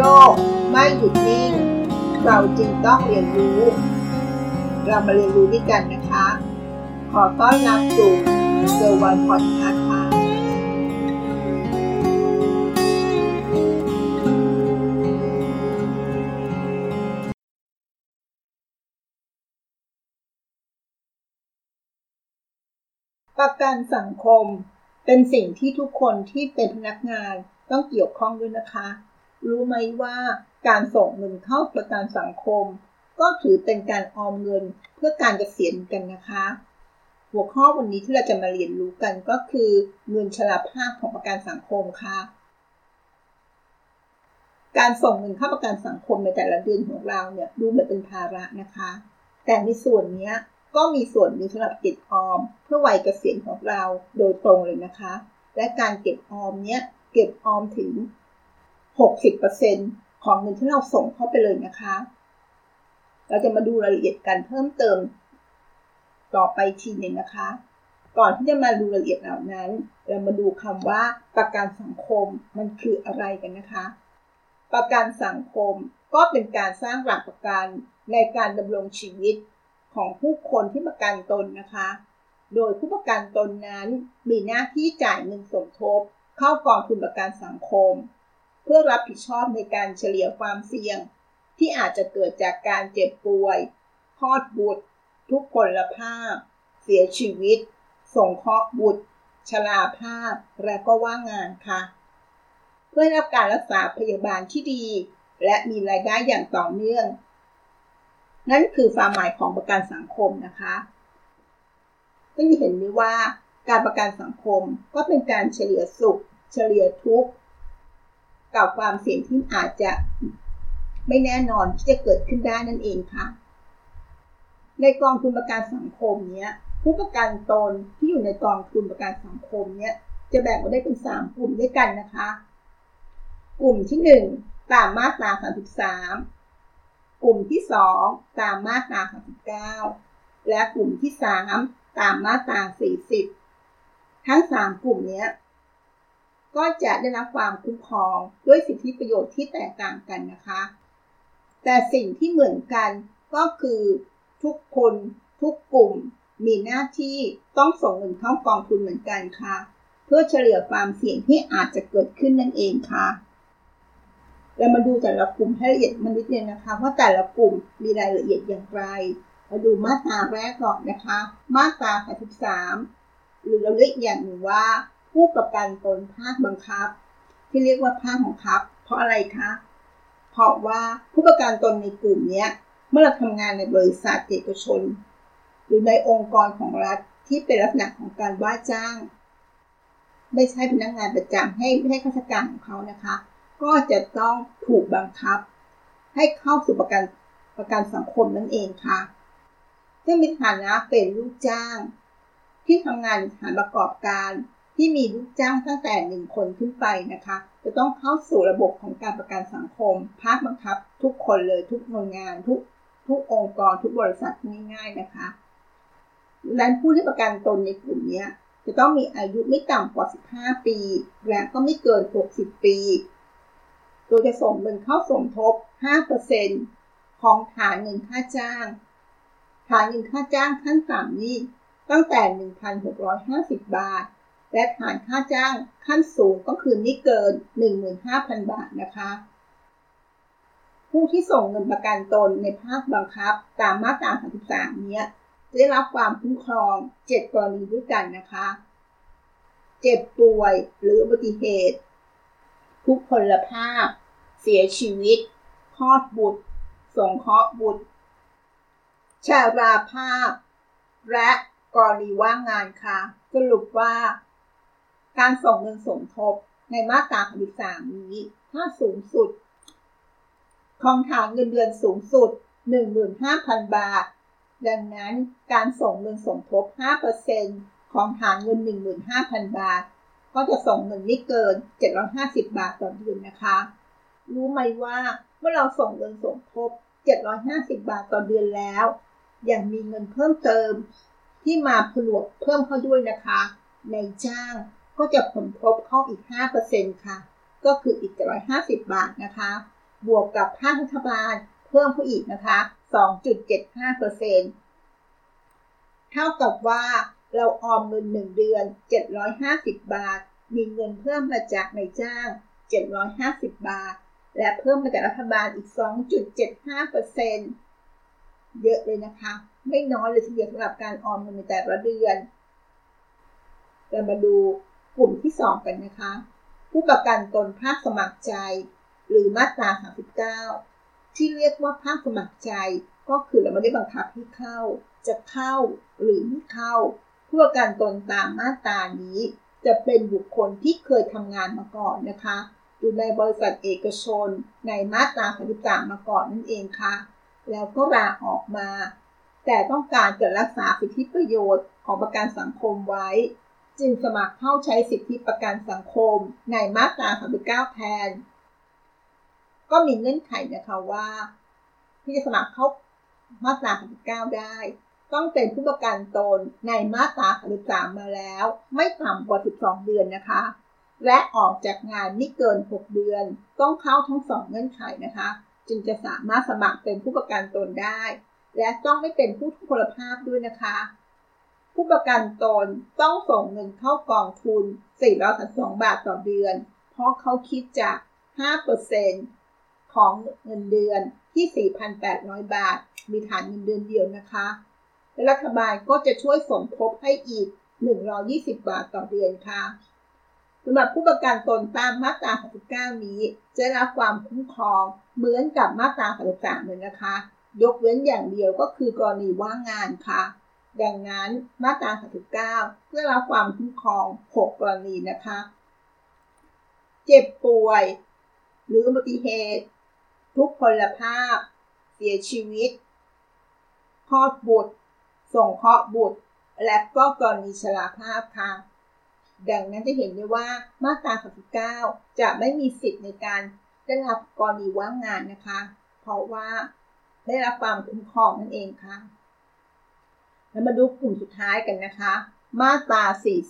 กไม่หยุดนิ่งเราจึงต้องเรียนรู้เรามาเรียนรู้ด้วยกันนะคะขอต้อนรับสู่เซอร์วันพอดคาสต์ค่ะประกันสังคมเป็นสิ่งที่ทุกคนที่เป็นพนักงานต้องเกี่ยวข้องด้วยนะคะรู้ไหมว่าการส่งเงินเข้าประกันสังคมก็ถือเป็นการออมเงินเพื่อการเกษียณกันนะคะหัวข้อวันนี้ที่เราจะมาเรียนรู้กันก็คือเงินชราภาพของประกันสังคมค่ะการส่งเงินเข้าประกันสังคมในแต่ละเดือนของเราเนี่ยดูเหมือนเป็นภาระนะคะแต่ในส่วนนี้ก็มีส่วนหนึ่งสำหรับเก็บออมเพื่อวัยเกษียณของเราโดยตรงเลยนะคะและการเก็บออมเนี้ยเก็บออมถึง 60% ของเงินที่เราส่งเข้าไปเลยนะคะเราจะมาดูรายละเอียดกันเพิ่มเติมต่อไปทีนึงนะคะก่อนที่จะมาดูรายละเอียดเหล่านั้นเรามาดูคำว่าประกันสังคมมันคืออะไรกันนะคะประกันสังคมก็เป็นการสร้างหลักประกันในการดำรงชีวิตของผู้คนที่ประกันตนนะคะโดยผู้ประกันตนนั้นมีหน้าที่จ่ายเงินสมทบเข้ากองทุนประกันสังคมเพื่อรับผิดชอบในการเฉลี่ยความเสี่ยงที่อาจจะเกิดจากการเจ็บป่วยคลอดบุตรทุพพลภาพเสียชีวิตสงเคราะห์บุตรชราภาพและก็ว่างงานค่ะเพื่อรับการรักษาพยาบาลที่ดีและมีรายได้อย่างต่อเนื่องนั่นคือความหมายของประกันสังคมนะคะก็จะเห็นได้ว่าการประกันสังคมก็เป็นการเฉลี่ยสุขเฉลี่ยทุกข์กับความเสี่ยงที่อาจจะไม่แน่นอนที่จะเกิดขึ้นได้นั่นเองค่ะในกองทุนประกันสังคมเนี้ยผู้ประกันตนที่อยู่ในกองทุนประกันสังคมเนี้ยจะแบ่งออกได้เป็น3กลุ่มด้วยกันนะคะกลุ่มที่1ตามมาตรา33กลุ่มที่2ตามมาตรา39และกลุ่มที่3ตามมาตรา40ทั้ง3กลุ่มนี้ก็จะได้รับความคุ้มครองด้วยสิทธิประโยชน์ที่แตกต่างกันนะคะแต่สิ่งที่เหมือนกันก็คือทุกคนทุกกลุ่มมีหน้าที่ต้องส่งเงินเข้ากองทุนเหมือนกันค่ะเพื่อเฉลี่ยความเสี่ยงที่อาจจะเกิดขึ้นนั่นเองค่ะเรามาดูแต่ละกลุ่มให้ละเอียดมันนิดนึงนะคะว่าแต่ละกลุ่มมีรายละเอียดอย่างไรมาดูมาตราแรกก่อนนะคะมาตรา33หรือเราเรียกอย่างหนึ่งว่าผู้ประกันตนภาคบังคับที่เรียกว่าภาคบังคับเพราะอะไรคะเพราะว่าผู้ประกันตนในกลุ่มนี้เมื่อเราทำงานในบริษัทเอกชนหรือในองค์กรของรัฐที่เป็นลักษณะของการว่าจ้างไม่ใช่พนักงานประจำให้ข้าราชการของเขานะคะก็จะต้องถูกบังคับให้เข้าสู่ประกันสังคมนั่นเองค่ะซึ่งมีฐานะเป็นลูกจ้างที่ทำงานในสถานประกอบการที่มีลูกจ้างตั้งแต่1คนขึ้นไปนะคะจะต้องเข้าสู่ระบบของการประกันสังคมภาคบังคับทุกคนเลยทุกหน่วยงานทุกองค์กรทุกบริษัทง่ายๆนะคะและผู้ที่ประกันตนในกลุ่มนี้จะต้องมีอายุไม่ต่ำกว่า15ปีและก็ไม่เกิน60ปีโดยจะส่งเงินเข้าสมทบ 5% ของฐานเงินค่าจ้างฐานเงินค่าจ้างขั้นต่ำนี้ตั้งแต่ 1,650 บาทและฐานค่าจ้างขั้นสูงก็คือไม่เกิน 15,000 บาทนะคะผู้ที่ส่งเงินประกันตนในภาคบังคับตามมาตรา33เนี้ยจะได้รับความคุ้มครอง7กรณีด้วยกันนะคะเจ็บป่วยหรืออุบัติเหตุทุพพลภาพเสียชีวิตคลอดบุตรสงเคราะห์บุตรชราภาพและกรณีว่างงานค่ะสรุปว่าการส่งเงินสมทบในมาตรา33นี้ถ้าสูงสุดของฐานเงินเดือนสูงสุด 15,000 บาทดังนั้นการส่งเงินสมทบ 5% ของฐานเงิน 15,000 บาทก็จะส่งเงินไม่เกิน750 บาทต่อเดือนนะคะรู้ไหมว่าเมื่อเราส่งเงินสมทบ750 บาทต่อเดือนแล้วยังมีเงินเพิ่มเติมที่มาผนวกเพิ่มเข้าด้วยนะคะในจ้างก็จะผลทบเข้าอีก 5% ค่ะก็คืออีก750 บาทนะคะบวกกับภาครัฐบาลเพิ่มเข้าอีกนะคะ 2.75%เท่ากับว่าเราออมเงิน1เดือน750 บาทมีเงินเพิ่มมาจากนายจ้าง750 บาทและเพิ่มมาจากรัฐบาลอีก 2.75% เยอะเลยนะคะไม่น้อยเลยทีเดียวสำหรับการออมเงินในแต่ละเดือนเรามาดูกลุ่มที่2กันนะคะผู้ประกันตนภาคสมัครใจหรือมาตรา39ที่เรียกว่าภาคสมัครใจก็คือเราไม่ได้บังคับให้เข้าจะเข้าหรือไม่เข้าผู้ประกันตนตามมาตรานี้จะเป็นบุคคลที่เคยทำงานมาก่อนนะคะอยู่ในบริษัทเอกชนในมาตรา33มาก่อนนั่นเองค่ะแล้วก็ลาออกมาแต่ต้องการจะรักษาสิทธิประโยชน์ของประกันสังคมไว้จึงสมัครเข้าใช้สิทธิประกันสังคมในมาตรา39แทนก็มีเงื่อนไขนะคะว่าที่จะสมัครเข้ามาตรา39ได้ต้องเป็นผู้ประกันตนในมาตรา33มาแล้วไม่ต่ำกว่า12เดือนนะคะและออกจากงานไม่เกิน6เดือนต้องเข้าทั้ง2เงื่อนไขนะคะจึงจะสามารถสมัครเป็นผู้ประกันตนได้และต้องไม่เป็นผู้ทุพพลภาพด้วยนะคะผู้ประกันตนต้องส่งเงินเข้ากองทุน432 บาทต่อเดือนเพราะเขาคิดจาก 5% ของเงินเดือนที่ 4,800 บาทมีฐานเงินเดือนเดียวนะคะและรัฐบาลก็จะช่วยสมทบให้อีก120 บาทต่อเดือนค่ะสำหรับผู้ประกันตนตามมาตรา39นี้จะรับความคุ้มครองเหมือนกับมาตรา33เลยนะคะยกเว้นอย่างเดียวก็คือกรณีว่างงานค่ะดังนั้นมาตรา39จะรับความคุ้มครอง6กรณีนะคะเจ็บป่วยหรืออุบัติเหตุทุพพลภาพเสียชีวิตคลอดบุตรส่งเคราะห์บุตรและก็กรณีชราภาพค่ะดังนั้นจะเห็นได้ว่ามาตรา39จะไม่มีสิทธิ์ในการได้รับกรณีว่างงานนะคะเพราะว่าได้รับความคุ้มครองนั่นเองค่ะแล้วมาดูกลุ่มสุดท้ายกันนะคะมาตรา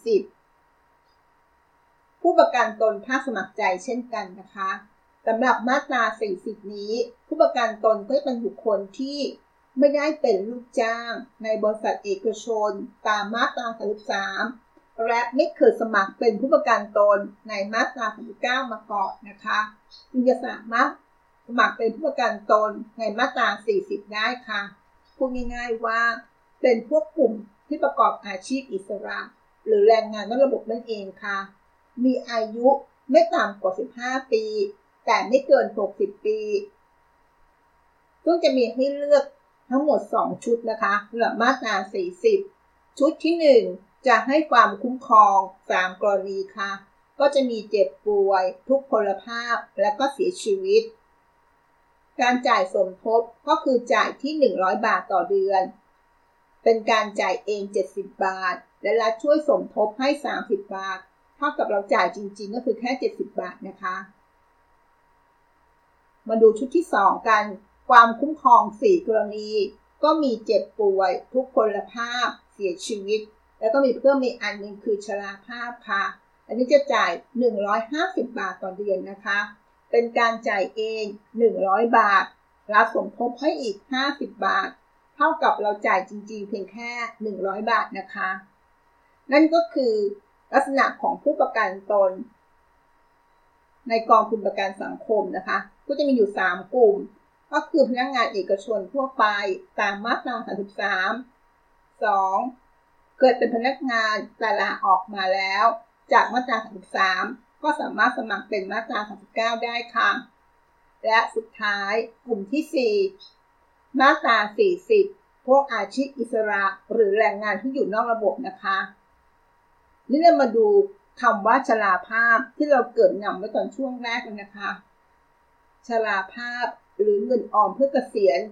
40ผู้ประกันตนภาคสมัครใจเช่นกันนะคะสำหรับมาตรา40นี้ผู้ประกันตนก็เป็นบุคคลที่ไม่ได้เป็นลูกจ้างในบริษัทเอกชนตามมาตรา33และไม่เคยสมัครเป็นผู้ประกันตนในมาตรา39มาก่อนนะคะจึงจะสามารถสมัครเป็นผู้ประกันตนในมาตรา40ได้ค่ะพูดง่ายๆว่าเป็นพวกกลุ่มที่ประกอบอาชีพอิสระหรือแรงงานนอกระบบนั่นเองค่ะมีอายุไม่ต่ำกว่า15ปีแต่ไม่เกิน60ปีซึ่งจะมีให้เลือกทั้งหมด2ชุดนะคะสำหรับมาตรา40ชุดที่1จะให้ความคุ้มครอง3กรณีค่ะก็จะมีเจ็บป่วยทุพพลภาพและก็เสียชีวิตการจ่ายสมทบก็คือจ่ายที่100 บาทต่อเดือนเป็นการจ่ายเอง70 บาทและรัฐช่วยสมทบให้30 บาทเท่ากับเราจ่ายจริงๆก็คือแค่70 บาทนะคะมาดูชุดที่2กันความคุ้มครอง4กรณีก็มีเจ็บป่วยทุพพลภาพเสียชีวิตแล้วก็มีเพิ่มอีกอันนึงคือชราภาพค่ะอันนี้จะจ่าย150 บาทต่อเดือนนะคะเป็นการจ่ายเอง100 บาทรัฐสมทบให้อีก50 บาทเท่ากับเราจ่ายจริงๆเพียงแค่100 บาทนะคะนั่นก็คือลักษณะของผู้ประกันตนในกองทุนประกันสังคมนะคะก็จะมีอยู่3กลุ่มก็คือพนักงานเอกชนทั่วไปตามมาตรา33 2เกิดเป็นพนักงานแต่ลาออกมาแล้วจากมาตรา33ก็สามารถสมัครเป็นมาตรา39ได้ค่ะและสุดท้ายกลุ่มที่4มาตรา40พวกอาชีพอิสระหรือแรงงานที่อยู่นอกระบบนะคะนี่เรามาดูคำว่าชราภาพที่เราเกริ่นนำไว้ตอนช่วงแรกเลยนะคะชราภาพหรือเงินออมเพื่อเกษียณ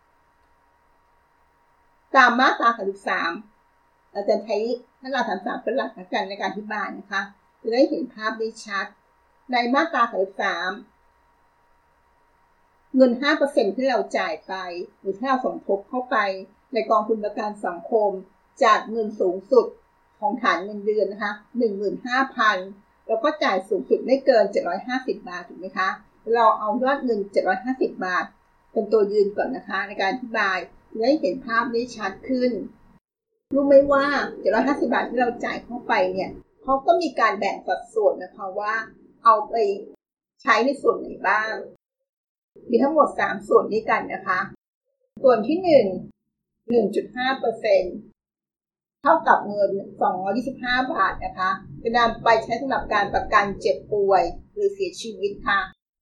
ตามมาตรา33เราจะใช้มาตรา33เป็นหลักในการอธิบายนะคะจะได้เห็นภาพได้ชัดในมาตรา33เงิน 5% ที่เราจ่ายไปหรือที่เราสมทบเข้าไปในกองทุนประกันสังคมจากเงินสูงสุดของฐานเงินเดือนนะคะ 15,000 แล้วก็จ่ายสูงสุดไม่เกิน750 บาทถูกไหมคะเราเอายอดเงิน750 บาทเป็นตัวยืนก่อนนะคะในการอธิบายจะได้เห็นภาพได้ชัดขึ้นรู้ไหมว่า750 บาทที่เราจ่ายเข้าไปเนี่ยเขาก็มีการแบ่งสัดส่วนนะคะว่าเอาไปใช้ในส่วนไหนบ้างมีทั้งหมด3ส่วนด้วยกันนะคะส่วนที่ 1.5% เท่ากับเงิน225 บาทนะคะจะนำไปใช้สำหรับการประกันเจ็บป่วยหรือเสียชีวิตค่ะ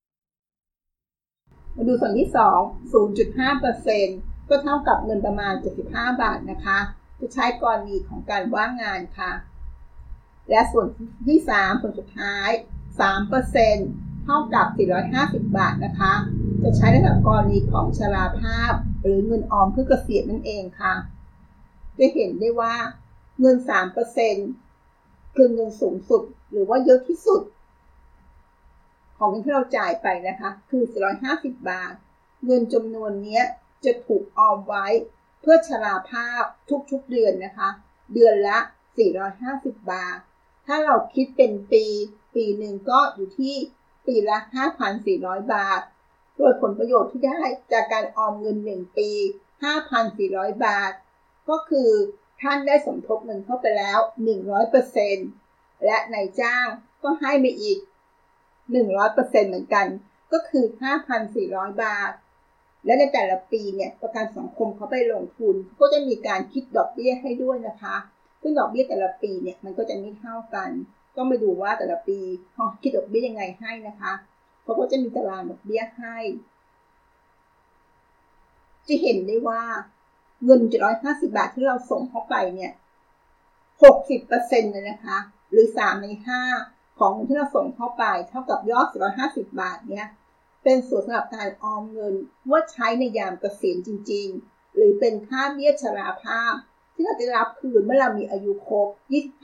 มาดูส่วนที่ 2 0.5% ก็เท่ากับเงินประมาณ75 บาทนะคะจะใช้กรณีของการว่างงานค่ะและส่วนที่ 3 ส่วนสุดท้าย 3% เท่ากับ450 บาทนะคะจะใช้ในกรณีของชราภาพหรือเงินออมเพื่อเกษียณนั่นเองค่ะจะเห็นได้ว่าเงิน 3% คือเงินสูงสุดหรือว่าเยอะที่สุดของเงินที่เราจ่ายไปนะคะคือ450 บาทเงินจำนวนนี้จะถูกออมไว้เพื่อชราภาพทุกๆเดือนนะคะเดือนละ450 บาทถ้าเราคิดเป็นปีหนึ่งก็อยู่ที่ปีละ 5,400 บาทโดยผลประโยชน์ที่ได้จากการออมเงิน1ปี 5,400 บาทก็คือท่านได้สมทบเงินเข้าไปแล้ว 100% และนายจ้างก็ให้มาอีก 100% เหมือนกันก็คือ 5,400 บาทและในแต่ละปีเนี่ยประกันสังคมเขาไปลงทุนก็จะมีการคิดดอกเบี้ยให้ด้วยนะคะซึ่งดอกเบี้ยแต่ละปีเนี่ยมันก็จะไม่เท่ากันต้องไปดูว่าแต่ละปีเขาคิดดอกเบี้ยยังไงให้นะคะเขาก็จะมีตารางดอกเบี้ยให้จะเห็นได้ว่าเงิน750 บาทที่เราส่งเข้าไปเนี่ย 60% เลยนะคะหรือ3ใน5ของเงินที่เราส่งเข้าไปเท่ากับยอด450 บาทเนี่ยเป็นส่วนสำหรับการออมเงินว่าใช้ในยามเกษียณจริงๆหรือเป็นค่าเบี้ยชราภาพที่เราจะรับคืนเมื่อเรามีอายุครบ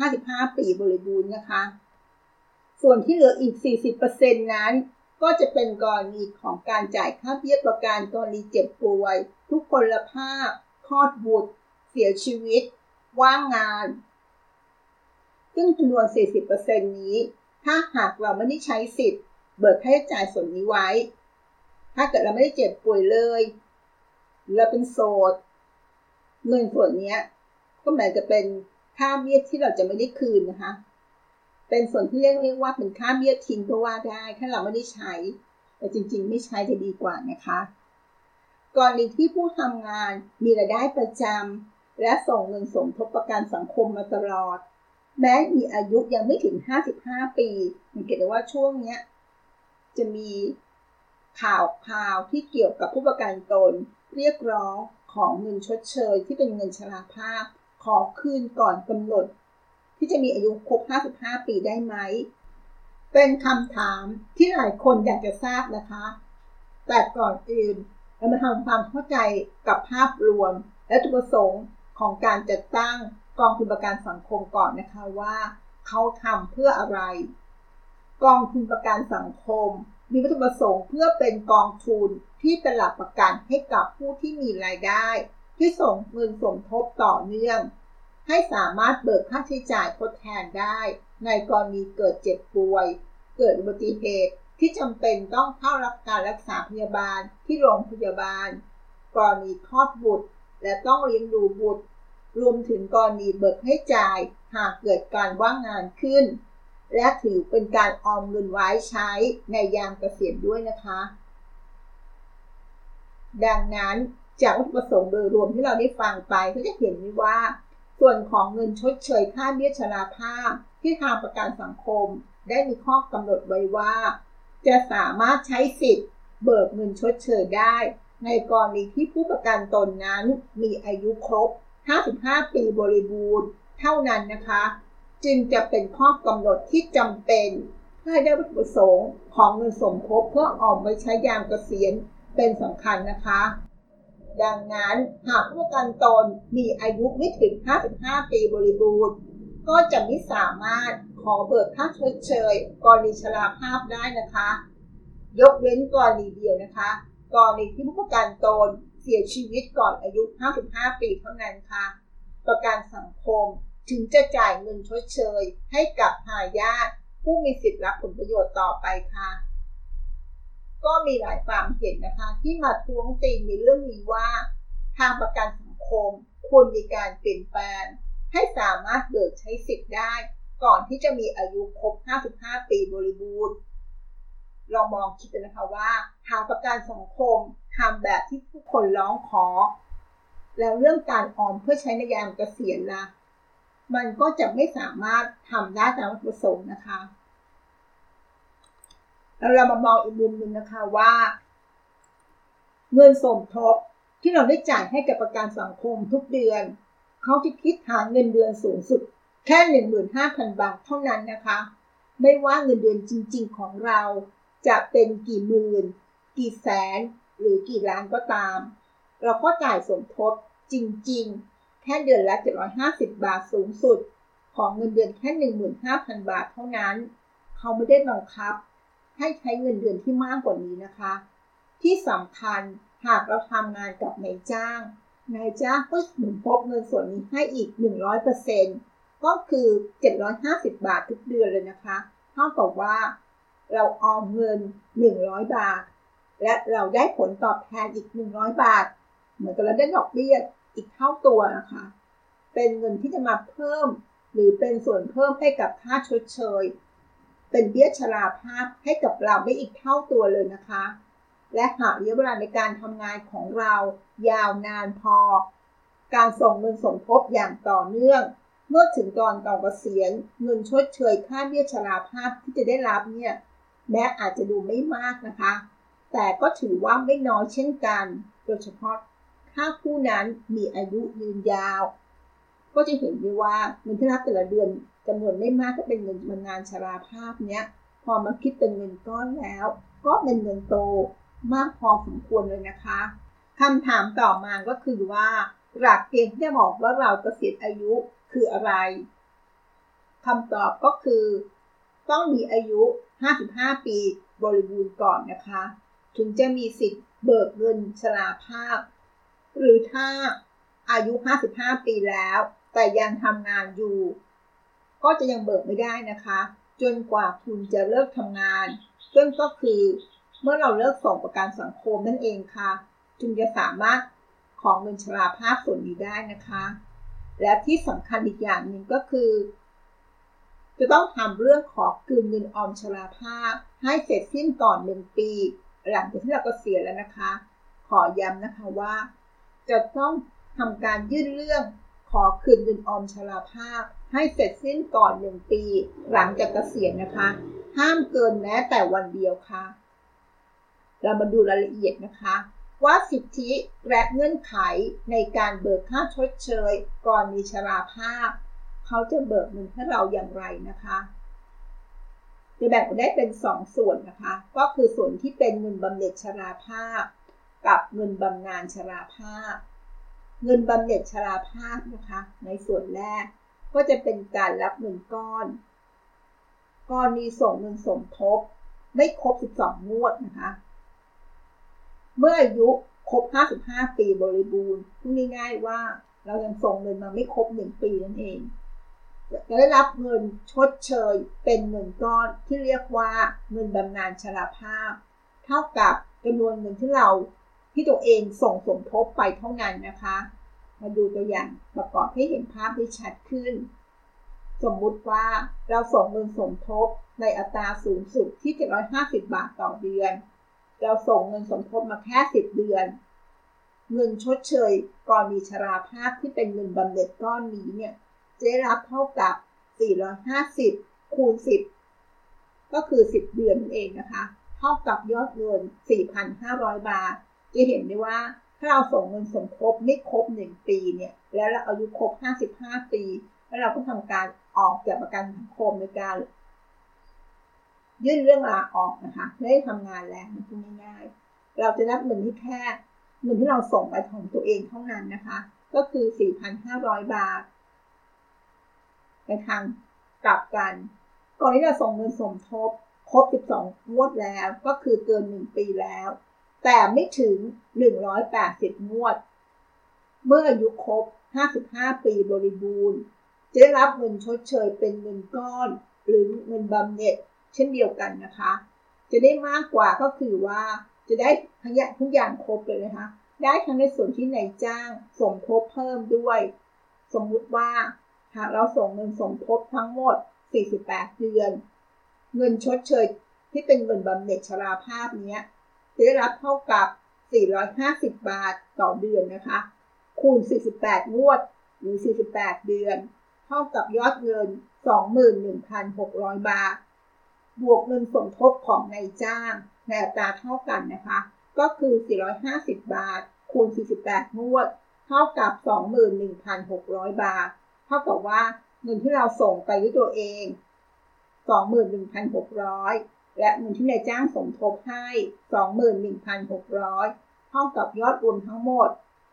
55 ปีบริบูรณ์นะคะส่วนที่เหลืออีก 40% นั้นก็จะเป็นกรณีของการจ่ายค่าเบี้ยประกันกรณีเจ็บป่วยทุพพลภาพคลอดบุตรเสียชีวิตว่างงานซึ่งจำนวน 40% นี้ถ้าหากเราไม่ได้ใช้สิทธิ์เบิกค่าใช้จ่ายส่วนนี้ไว้ถ้าเกิดเราไม่ได้เจ็บป่วยเลยเราเป็นโสดเงินส่วนนี้ก็หมายจะเป็นค่าเบี้ยที่เราจะไม่ได้คืนนะคะเป็นส่วนที่เรียกว่าเป็นค่าเบี้ยทิ้งก็ว่าได้ถ้าเราไม่ได้ใช้แต่จริงๆไม่ใช้จะดีกว่านะคะกรณีที่ผู้ทำงานมีรายได้ประจำและส่งเงินสมทบประกันสังคมมาตลอดแม้มีอายุยังไม่ถึง55 ปีสังเกตได้ว่าช่วงนี้จะมีข่าวที่เกี่ยวกับผู้ประกันตนเรียกร้องของเงินชดเชยที่เป็นเงินชราภาพขอคืนก่อนกำหนดที่จะมีอายุครบ55 ปีได้ไหมเป็นคำถามที่หลายคนอยากจะทราบนะคะแต่ก่อนอื่นเรามาทำความเข้าใจกับภาพรวมและจุดประสงค์ของการจัดตั้งกองทุนประกันสังคมก่อนนะคะว่าเขาทำเพื่ออะไรกองทุนประกันสังคมมีวัตถุประสงค์เพื่อเป็นกองทุนที่เป็นหลักประกันให้กับผู้ที่มีรายได้ที่ส่งเงินสมทบต่อเนื่องให้สามารถเบิกค่าใช้จ่ายทดแทนได้ในกรณีเกิดเจ็บป่วยเกิดอุบัติเหตุที่จำเป็นต้องเข้ารับการรักษาพยาบาลที่โรงพยาบาลกรณีคลอดบุตรและต้องเลี้ยงดูบุตรรวมถึงกรณีเบิกให้จ่ายหากเกิดการว่างงานขึ้นและถือเป็นการออมเงินไว้ใช้ในยามเกษียณด้วยนะคะดังนั้นจากวัตถุประสงค์โดยรวมที่เราได้ฟังไปก็จะเห็นว่าส่วนของเงินชดเชยค่าเบี้ยชราภาพที่ทางประกันสังคมได้มีข้อกำหนดไว้ว่าจะสามารถใช้สิทธิ์เบิกเงินชดเชยได้ในกรณีที่ผู้ประกันตนนั้นมีอายุครบ55 ปีบริบูรณ์เท่านั้นนะคะจึงจะเป็นข้อกำหนดที่จำเป็นเพื่อให้ได้วัตถุประสงค์ของเงินสมทบเพื่อออมไว้ใช้ยามเกษียณเป็นสำคัญนะคะดังนั้นหากผู้ประกันตนมีอายุไม่ถึง55 ปีบริบูรณ์ก็จะไม่สามารถขอเบิกค่าชดเชยกรณีชราภาพได้นะคะยกเว้นกรณีเดียวนะคะกรณีที่ผู้ประกันตนเสียชีวิตก่อนอายุ55 ปีเท่านั้นค่ะประกันสังคมถึงจะจ่ายเงินชดเชยให้กับทายาทผู้มีสิทธิ์รับผลประโยชน์ต่อไปค่ะก็มีหลายความเห็นนะคะที่มาท้วงติงในเรื่องนี้ว่าทางประกันสังคมควรมีการเปลี่ยนแปลงให้สามารถเบิกใช้สิทธิ์ได้ก่อนที่จะมีอายุครบ55ปีบริบูรณ์ลองมองคิดกันนะคะว่าทางประกันสังคมทำแบบที่ทุกคนร้องขอแล้วเรื่องการออมเพื่อใช้ในยามเกษียณล่ะมันก็จะไม่สามารถทำได้ตามวัตถุประสงค์นะคะแล้วเรามามองอีกมุมนึงนะคะว่าเงินสมทบที่เราได้จ่ายให้กับประกันสังคมทุกเดือนเขาจะคิดฐานเงินเดือนสูงสุดแค่ 15,000 บาทเท่านั้นนะคะไม่ว่าเงินเดือนจริงๆของเราจะเป็นกี่หมื่นกี่แสนหรือกี่ล้านก็ตามเราก็จ่ายสมทบจริงๆแค่เดือนละ750 บาทสูงสุดของเงินเดือนแค่ 15,000 บาทเท่านั้นเขาไม่ได้บังคับให้ใช้เงินเดือนที่มากกว่านี้นะคะที่สำคัญหากเราทำงานกับนายจ้างก็สมทบเงินส่วนนี้ให้อีก 100% ก็คือ750 บาททุกเดือนเลยนะคะเท่ากับว่าเราออมเงิน100 บาทและเราได้ผลตอบแทนอีก100 บาทเหมือนกับเราได้ดอกเบี้ยอีกเท่าตัวนะคะเป็นเงินที่จะมาเพิ่มหรือเป็นส่วนเพิ่มให้กับค่าชดเชยเป็นเบี้ยชราภาพให้กับเราได้อีกเท่าตัวเลยนะคะและหากระยะเวลาในการทำงานของเรายาวนานพอการส่งเงินสมทบอย่างต่อเนื่องเมื่อถึงตอนเกษียณเงินชดเชยค่าเบี้ยชราภาพที่จะได้รับเนี่ยแม้อาจจะดูไม่มากนะคะแต่ก็ถือว่าไม่น้อยเช่นกันโดยเฉพาะถ้าผู้นั้นมีอายุยืนยาวก็จะเห็นได้ว่าเงินที่รับแต่ละเดือนจำนวนไม่มากก็เป็นเงินบำนาญชราภาพเนี้ยพอมาคิดเป็นเงินก้อนแล้วก็เป็นเงินโตมากพอสมควรเลยนะคะคำถามต่อมาก็คือว่าหลักเกณฑ์ที่จะบอกว่าเราเกษียณอายุคืออะไรคำตอบก็คือต้องมีอายุ55 ปีบริบูรณ์ก่อนนะคะถึงจะมีสิทธิ์เบิกเงินชราภาพหรือถ้าอายุ55 ปีแล้วแต่ยังทำงานอยู่ก็จะยังเบิกไม่ได้นะคะจนกว่าคุณจะเลิกทำงานซึ่งก็คือเมื่อเราเลิกส่งประกันสังคมนั่นเองค่ะจึงจะสามารถขอเงินชราภาพส่วนนี้ได้นะคะและที่สำคัญอีกอย่างหนึ่งก็คือจะต้องทำเรื่องขอคืนเงินออมชราภาพให้เสร็จสิ้นก่อน1 ปีหลังจากที่เราเกษียณแล้วนะคะขอย้ำนะคะว่าจะต้องทำการยื่นเรื่องขอคืนเงินออมชราภาพให้เสร็จสิ้นก่อน1 ปีหลังจากเกษียณนะคะห้ามเกินแม้แต่วันเดียวค่ะเรามาดูรายละเอียดนะคะว่าสิทธิและเงื่อนไขในการเบิกค่าชดเชยก่อนมีชราภาพเขาจะเบิกเงินให้เราอย่างไรนะคะจะแบ่งออกได้เป็น2 ส่วนนะคะก็คือส่วนที่เป็นเงินบำเหน็จชราภาพกับเงินบำนาญชราภาพเงินบำเหน็จชราภาพนะคะในส่วนแรกก็จะเป็นการรับเงินก้อนกรณีส่งเงินสมทบไม่ครบ12 งวดนะคะเมื่ออายุครบ55 ปีบริบูรณ์พูดง่ายๆว่าเรายังส่งเงินมาไม่ครบ1 ปีนั่นเองจะได้รับเงินชดเชยเป็นเงินก้อนที่เรียกว่าเงินบำนาญชราภาพเท่ากับจำนวนเงินที่ตัวเองส่งสมทบไปเท่านั้นนะคะมาดูตัวอย่างประกอบให้เห็นภาพได้ชัดขึ้นสมมุติว่าเราส่งเงินสมทบในอัตราสูงสุดที่750 บาทต่อเดือนเราส่งเงินสมทบมาแค่10 เดือนเงินชดเชยก่อนมีชราภาพที่เป็นเงินบำเหน็จก้อนนี้เนี่ยจะได้รับเท่ากับ450คูณ10ก็คือ10 เดือนนั่นเองนะคะเท่ากับยอดเงิน 4,500 บาทจะเห็นได้ว่าถ้าเราส่งเงินสมทบไม่ครบ1 ปีเนี่ยแล้วเราอายุครบ55 ปีแล้วเราก็ทำการออกจากประกันสังคมในการยื่นเรื่องลาออกนะคะไม่ได้ทำงานแล้วมันพูดง่ายๆเราจะรับเงินที่แค่เงินที่เราส่งไปของตัวเองเท่านั้นนะคะก็คือ 4,500 บาทในทางกลับกันก่อนที่จะส่งเงินสมทบครบ12 งวดแล้วก็คือเกิน1 ปีแล้วแต่ไม่ถึง180 งวดเมื่ออายุครบ55 ปีบริบูรณ์จะได้รับเงินชดเชยเป็นเงินก้อนหรือเงินบำเหน็จเช่นเดียวกันนะคะจะได้มากกว่าก็คือว่าจะได้ทุกอย่างครบเลยนะคะได้ทั้งในส่วนที่นายจ้างสมทบเพิ่มด้วยสมมุติว่าหากเราส่งเงินสมทบทั้งหมด48เดือนเงินชดเชยที่เป็นเงินบำเหน็จชราภาพนี้จะได้รับเท่ากับ450 บาทต่อเดือนนะคะคูณ48งวดหรือ48เดือนเท่ากับยอดเงิน 21,600 บาทบวกเงินสมทบของนายจ้างในอัตราเท่ากันนะคะก็คือ450 บาทคูณ48งวดเท่ากับ 21,600 บาทเท่ากับว่าเงินที่เราส่งไปด้วยตัวเอง 21,600 และเงินที่นายจ้างสมทบให้ 21,600 เท่ากับยอดรวมทั้งหมด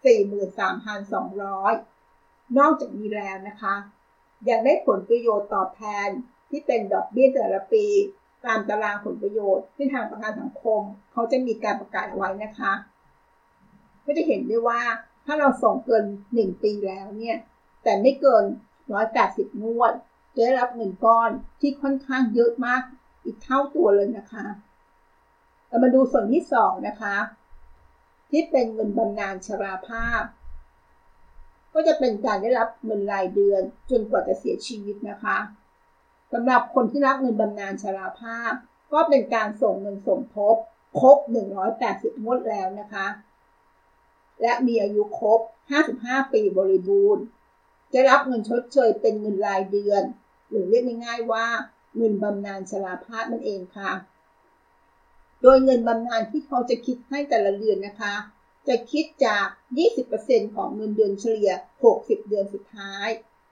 43,200 นอกจากนี้แล้วนะคะยังได้ผลประโยชน์ตอบแทนที่เป็นดอกเบี้ยแต่ละปีตามตารางผลประโยชน์ที่ทางประกันสังคมเขาจะมีการประกาศไว้นะคะก็จะเห็นได้ว่าถ้าเราส่งเกิน1ปีแล้วเนี่ยแต่ไม่เกิน180งวดจะได้รับเงินก้อนที่ค่อนข้างเยอะมากอีกเท่าตัวเลยนะคะเรามาดูส่วนที่2นะคะที่เป็นเงินบำนาญชราภาพก็จะเป็นการได้รับเงินรายเดือนจนกว่าจะเสียชีวิตนะคะสำหรับคนที่รับเงินบำนาญชราภาพก็เป็นการส่งเงินสมทบครบ180งวดแล้วนะคะและมีอายุครบ55ปีบริบูรณ์จะรับเงินชดเชยเป็นเงินรายเดือนหรือเรียกง่ายๆว่าเงินบำนาญชราภาพนั่นเองค่ะโดยเงินบำนาญที่เขาจะคิดให้แต่ละเดือนนะคะจะคิดจาก 20% ของเงินเดือนเฉลี่ย60เดือนสุดท้าย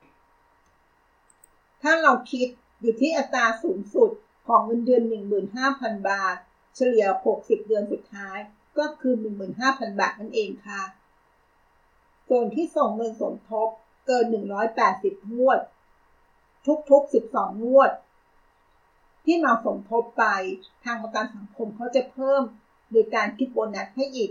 ถ้าเราคิดอยู่ที่อัตราสูงสุดของเงินเดือน 15,000 บาทเฉลี่ย60เดือนสุดท้ายก็คือ 15,000 บาทนั่นเองค่ะส่วนที่ส่งเงินสมทบเกิน180งวดทุกๆ12งวดที่มาสมทบไปทางประกันสังคมเขาจะเพิ่มโดยการคิดโบนัสให้อีก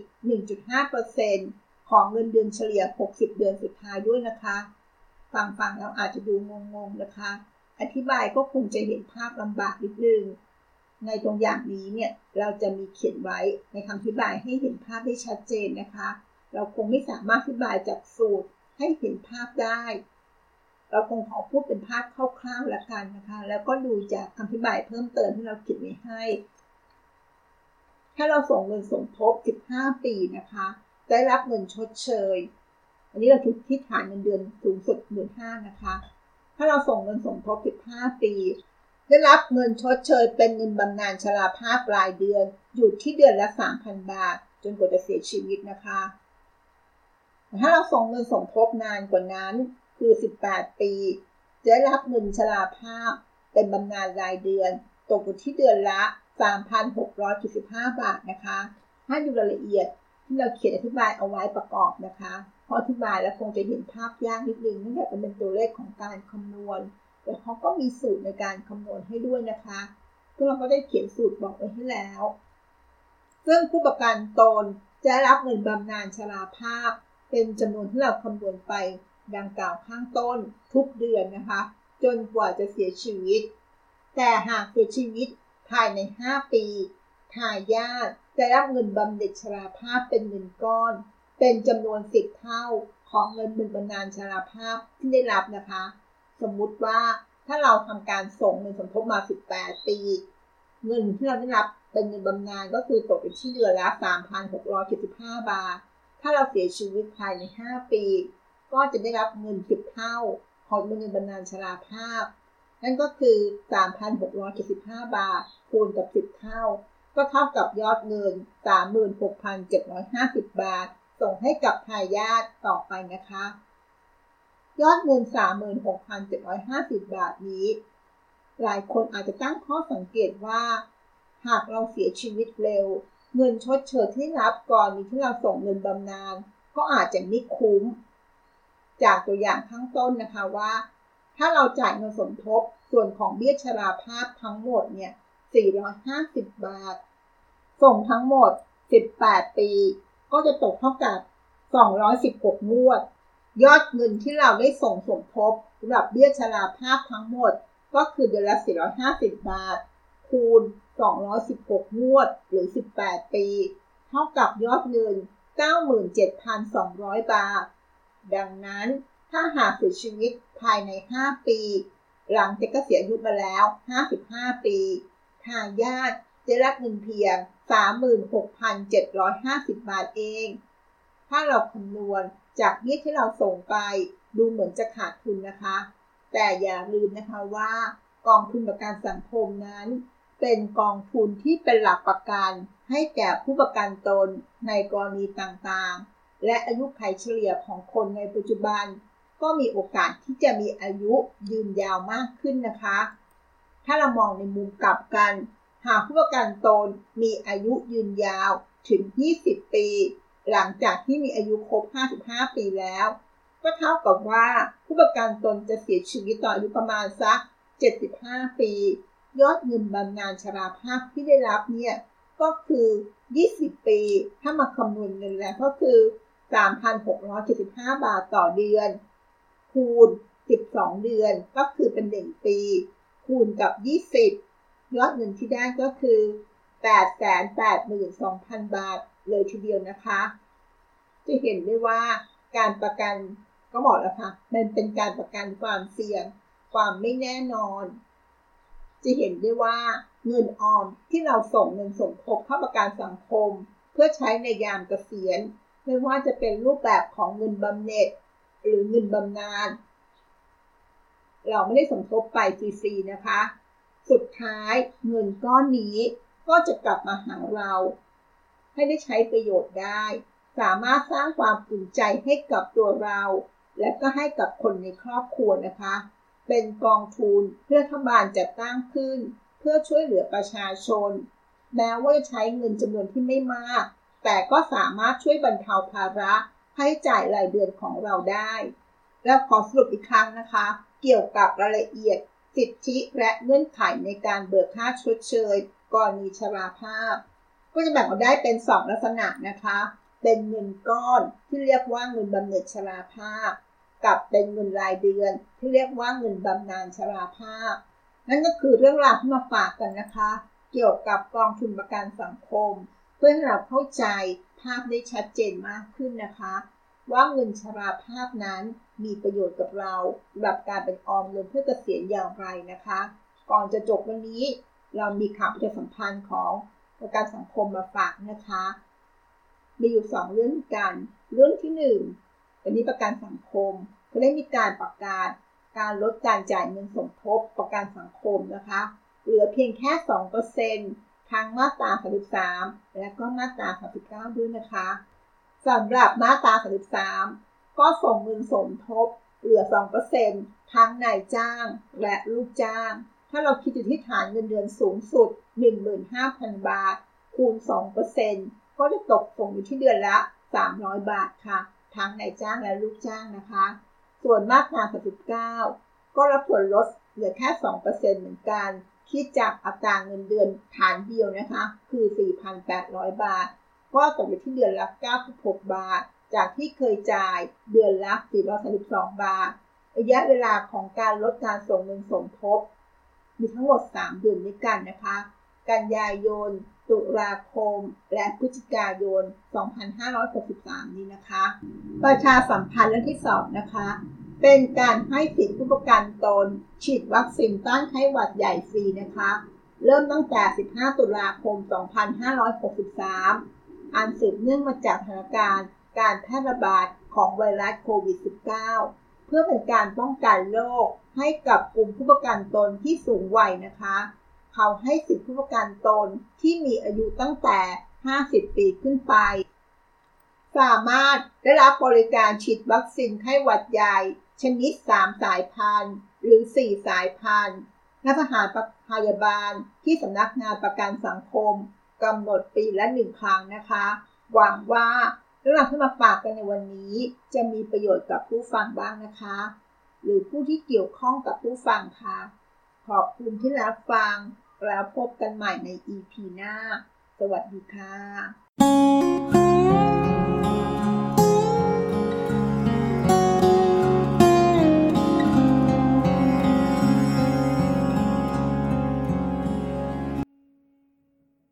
1.5% ของเงินเดือนเฉลี่ย60เดือนสุดท้ายด้วยนะคะฟังแล้วอาจจะดูงงๆนะคะอธิบายก็คงจะเห็นภาพลำบากนิดนึงในตรงอย่างนี้เนี่ยเราจะมีเขียนไว้ในคำอธิบายให้เห็นภาพได้ชัดเจนนะคะเราคงไม่สามารถอธิบายจากสูตรให้เห็นภาพได้เราคงขอพูดเป็นภาพคร่าวๆละกันนะคะแล้วก็ดูจากคำอธิบายเพิ่มเติมที่เราเขียนไว้ให้ถ้าเราส่งเงินสมทบ15ปีนะคะได้รับเงินชดเชยอันนี้เราคิดที่ฐานเงินเดือนสูงสุด 15,000 นะคะถ้าเราส่งเงินสมทบ15ปีได้รับเงินชดเชยเป็นเงินบำนาญชราภาพรายเดือนอยู่ที่เดือนละ 3,000 บาทจนกว่าจะเสียชีวิตนะคะถ้าเราส่งเงินสมทบนานกว่านั้นคือ18ปีจะได้รับเงินชราภาพเป็นบำนาญรายเดือนตกอยู่ที่เดือนละ 3,675 บาทนะคะให้ดูรายละเอียดที่เราเขียนอธิบายเอาไว้ประกอบนะคะพออธิบายแล้วคงจะเห็นภาพยากนิดนึงเนื่องจากเป็นตัวเลขของการคำนวณแต่เขาก็มีสูตรในการคำนวณให้ด้วยนะคะซึ่งเราก็ได้เขียนสูตรบอกไว้ให้แล้วซึ่งผู้ประกันตนจะรับเงินบำนาญชราภาพเป็นจำนวนที่เราคำนวณไปดังกล่าวข้างต้นทุกเดือนนะคะจนกว่าจะเสียชีวิตแต่หากเสียชีวิตภายใน5ปีทายาทจะรับเงินบำเหน็จชราภาพเป็นเงินก้อนเป็นจำนวน10เท่าของเงินบำนาญชราภาพที่ได้รับนะคะสมมุติว่าถ้าเราทำการส่งเงินสมทบมา18ปีเงินที่เราได้รับเป็นเงินบำนาญก็คือตกอยู่ที่เดือนละ 3,675 บาทถ้าเราเสียชีวิตภายใน5ปีก็จะได้รับเงิน10เท่าของเงินบำนาญชราภาพนั่นก็คือ 3,675 บาทคูณกับ10เท่าก็เท่ากับยอดเงิน 36,750 บาทส่งให้กับทายาทต่อไปนะคะยอดเงิน 36,750 บาทนี้หลายคนอาจจะตั้งข้อสังเกตว่าหากเราเสียชีวิตเร็วเงินชดเชยที่รับก่อนนี้ที่เราส่งเงินบำนาญก็อาจจะไม่คุ้มจากตัวอย่างข้างต้นนะคะว่าถ้าเราจ่ายเงินสมทบส่วนของเบี้ยชราภาพทั้งหมดเนี่ย450 บาทส่งทั้งหมด18ปีก็จะตกเท่ากับ216งวดยอดเงินที่เราได้ส่งสมทบสำหรับเบี้ยชราภาพทั้งหมดก็คือเดือนละ450 บาทคูณ 216 งวดหรือ 18 ปีเท่ากับยอดเงิน 97,200 บาทดังนั้นถ้าหากเสียชีวิตภายใน 5 ปีหลังจากเกษียณอายุมาแล้ว 55 ปีทายาทจะรับเงินเพียง 36,750 บาทเองถ้าเราคำนวณจากเบี้ยที่เราส่งไปดูเหมือนจะขาดทุนนะคะแต่อย่าลืมนะคะว่ากองทุนประกันสังคมนั้นเป็นกองทุนที่เป็นหลักประกันให้แก่ผู้ประกันตนในกรณีต่างๆและอายุขัยเฉลี่ยของคนในปัจจุบันก็มีโอกาสที่จะมีอายุยืนยาวมากขึ้นนะคะถ้าเรามองในมุมกลับกันหากผู้ประกันตนมีอายุยืนยาวถึง 20 ปีหลังจากที่มีอายุครบ 55 ปีแล้วก็เท่ากับว่าผู้ประกันตนจะเสียชีวิตตอนอายุประมาณสัก 75 ปียอดเงินบำนาญชราภาพที่ได้รับเนี่ยก็คือ 20 ปีถ้ามาคำนวณเงินแล้วก็คือ 3,675 บาทต่อเดือนคูณ 12 เดือนก็คือเป็น 1 ปีคูณกับ 20ยอดเงินที่ได้ก็คือ 882,000 บาทเลยทีเดียวนะคะจะเห็นได้ว่าการประกันก็บอกแล้วค่ะมันเป็นการประกันความเสี่ยงความไม่แน่นอนจะเห็นได้ว่าเงินออมที่เราส่งเงินสมทบเข้าประกันสังคมเพื่อใช้ในยามเกษียณไม่ว่าจะเป็นรูปแบบของเงินบำเหน็จหรือเงินบำนาญเราไม่ได้สมทบไปฟรีๆนะคะสุดท้ายเงินก้อนนี้ก็จะกลับมาหาเราให้ได้ใช้ประโยชน์ได้สามารถสร้างความอุ่นใจให้กับตัวเราและก็ให้กับคนในครอบครัวนะคะเป็นกองทุนเพื่อรัฐบาลจัดตั้งขึ้นเพื่อช่วยเหลือประชาชนแม้ว่าจะใช้เงินจำนวนที่ไม่มากแต่ก็สามารถช่วยบรรเทาภาระค่าใช้จ่ายรายเดือนของเราได้แล้วขอสรุปอีกครั้งนะคะเกี่ยวกับรายละเอียดสิทธิและเงื่อนไขในการเบิกค่าชดเชยกรณีชราภาพก็จะแบ่งออกได้เป็น2ลักษณะนะคะเป็นเงินก้อนที่เรียกว่าเงินบำเหน็จชราภาพกับเป็นเงินรายเดือนที่เรียกว่าเงินบำนาญชราภาพนั่นก็คือเรื่องราวที่มาฝากกันนะคะเกี่ยวกับกองทุนประกันสังคมเพื่อให้เราเข้าใจภาพได้ชัดเจนมากขึ้นนะคะว่าเงินชราภาพนั้นมีประโยชน์กับเราสำหรับการเป็นออมเงินเพื่อเกษียณอย่างไรนะคะก่อนจะจบวันนี้เรามีข่าวประชาสัมพันธ์ของประกันสังคมมาฝากนะคะมีอยู่2เรื่องกันเรื่องที่1วันนี้ประกันสังคมเขาได้มีการประกาศการลดการจ่ายเงินสมทบประกันสังคมนะคะเหลือเพียงแค่ 2% ทั้งมาตรา33และก็มาตรา39ด้วยนะคะสำหรับมาตรา33ก็ส่งเงินสมทบเหลือ 2% ทั้งนายจ้างและลูกจ้างถ้าเราคิดอยู่ที่ฐานเงินเดือนสูงสุด 15,000 บาทคูณ 2%ก็จะตกส่งอยู่ที่เดือนละ300 บาทค่ะทั้งนายจ้างและลูกจ้างนะคะส่วนมาตรา39ก็รับส่วนลดเหลือแค่ 2% เหมือนกันคิดจากอัตราเงินเดือนฐานเดียวนะคะคือ 4,800 บาทก็ตกอยู่ที่เดือนละ96 บาทจากที่เคยจ่ายเดือนละ432 บาทระยะเวลาของการลดการส่งเงินสมทบมีทั้งหมด3เดือนด้วยกันนะคะกันยายนตุลาคมและพฤศจิกายน 2563 นี้นะคะประชาสัมพันธ์เรื่องที่2นะคะเป็นการให้สิทธิผู้ประกันตนฉีดวัคซีนต้านไข้หวัดใหญ่ฟรีนะคะเริ่มตั้งแต่ 15 ตุลาคม 2563 อันสืบเนื่องมาจากสถานการณ์การแพร่ระบาดของไวรัสโควิด -19 เพื่อเป็นการป้องกันโรคให้กับกลุ่มผู้ประกันตนที่สูงวัยนะคะเขาให้สิทธิผู้ประกันตนที่มีอายุตั้งแต่ 50 ปีขึ้นไปสามารถได้รับบริการฉีดวัคซีนไข้หวัดใหญ่ชนิด 3 สายพันธุ์หรือ 4 สายพันธุ์ณสถานพยาบาลที่สำนักงานประกันสังคมกำหนดปีละ 1 ครั้งนะคะหวังว่าเรื่องราวที่มาฝากกันในวันนี้จะมีประโยชน์กับผู้ฟังบ้างนะคะหรือผู้ที่เกี่ยวข้องกับผู้ฟังค่ะขอบคุณที่รับฟังแล้วพบกันใหม่ใน EP หน้าสวัสดีค่ะ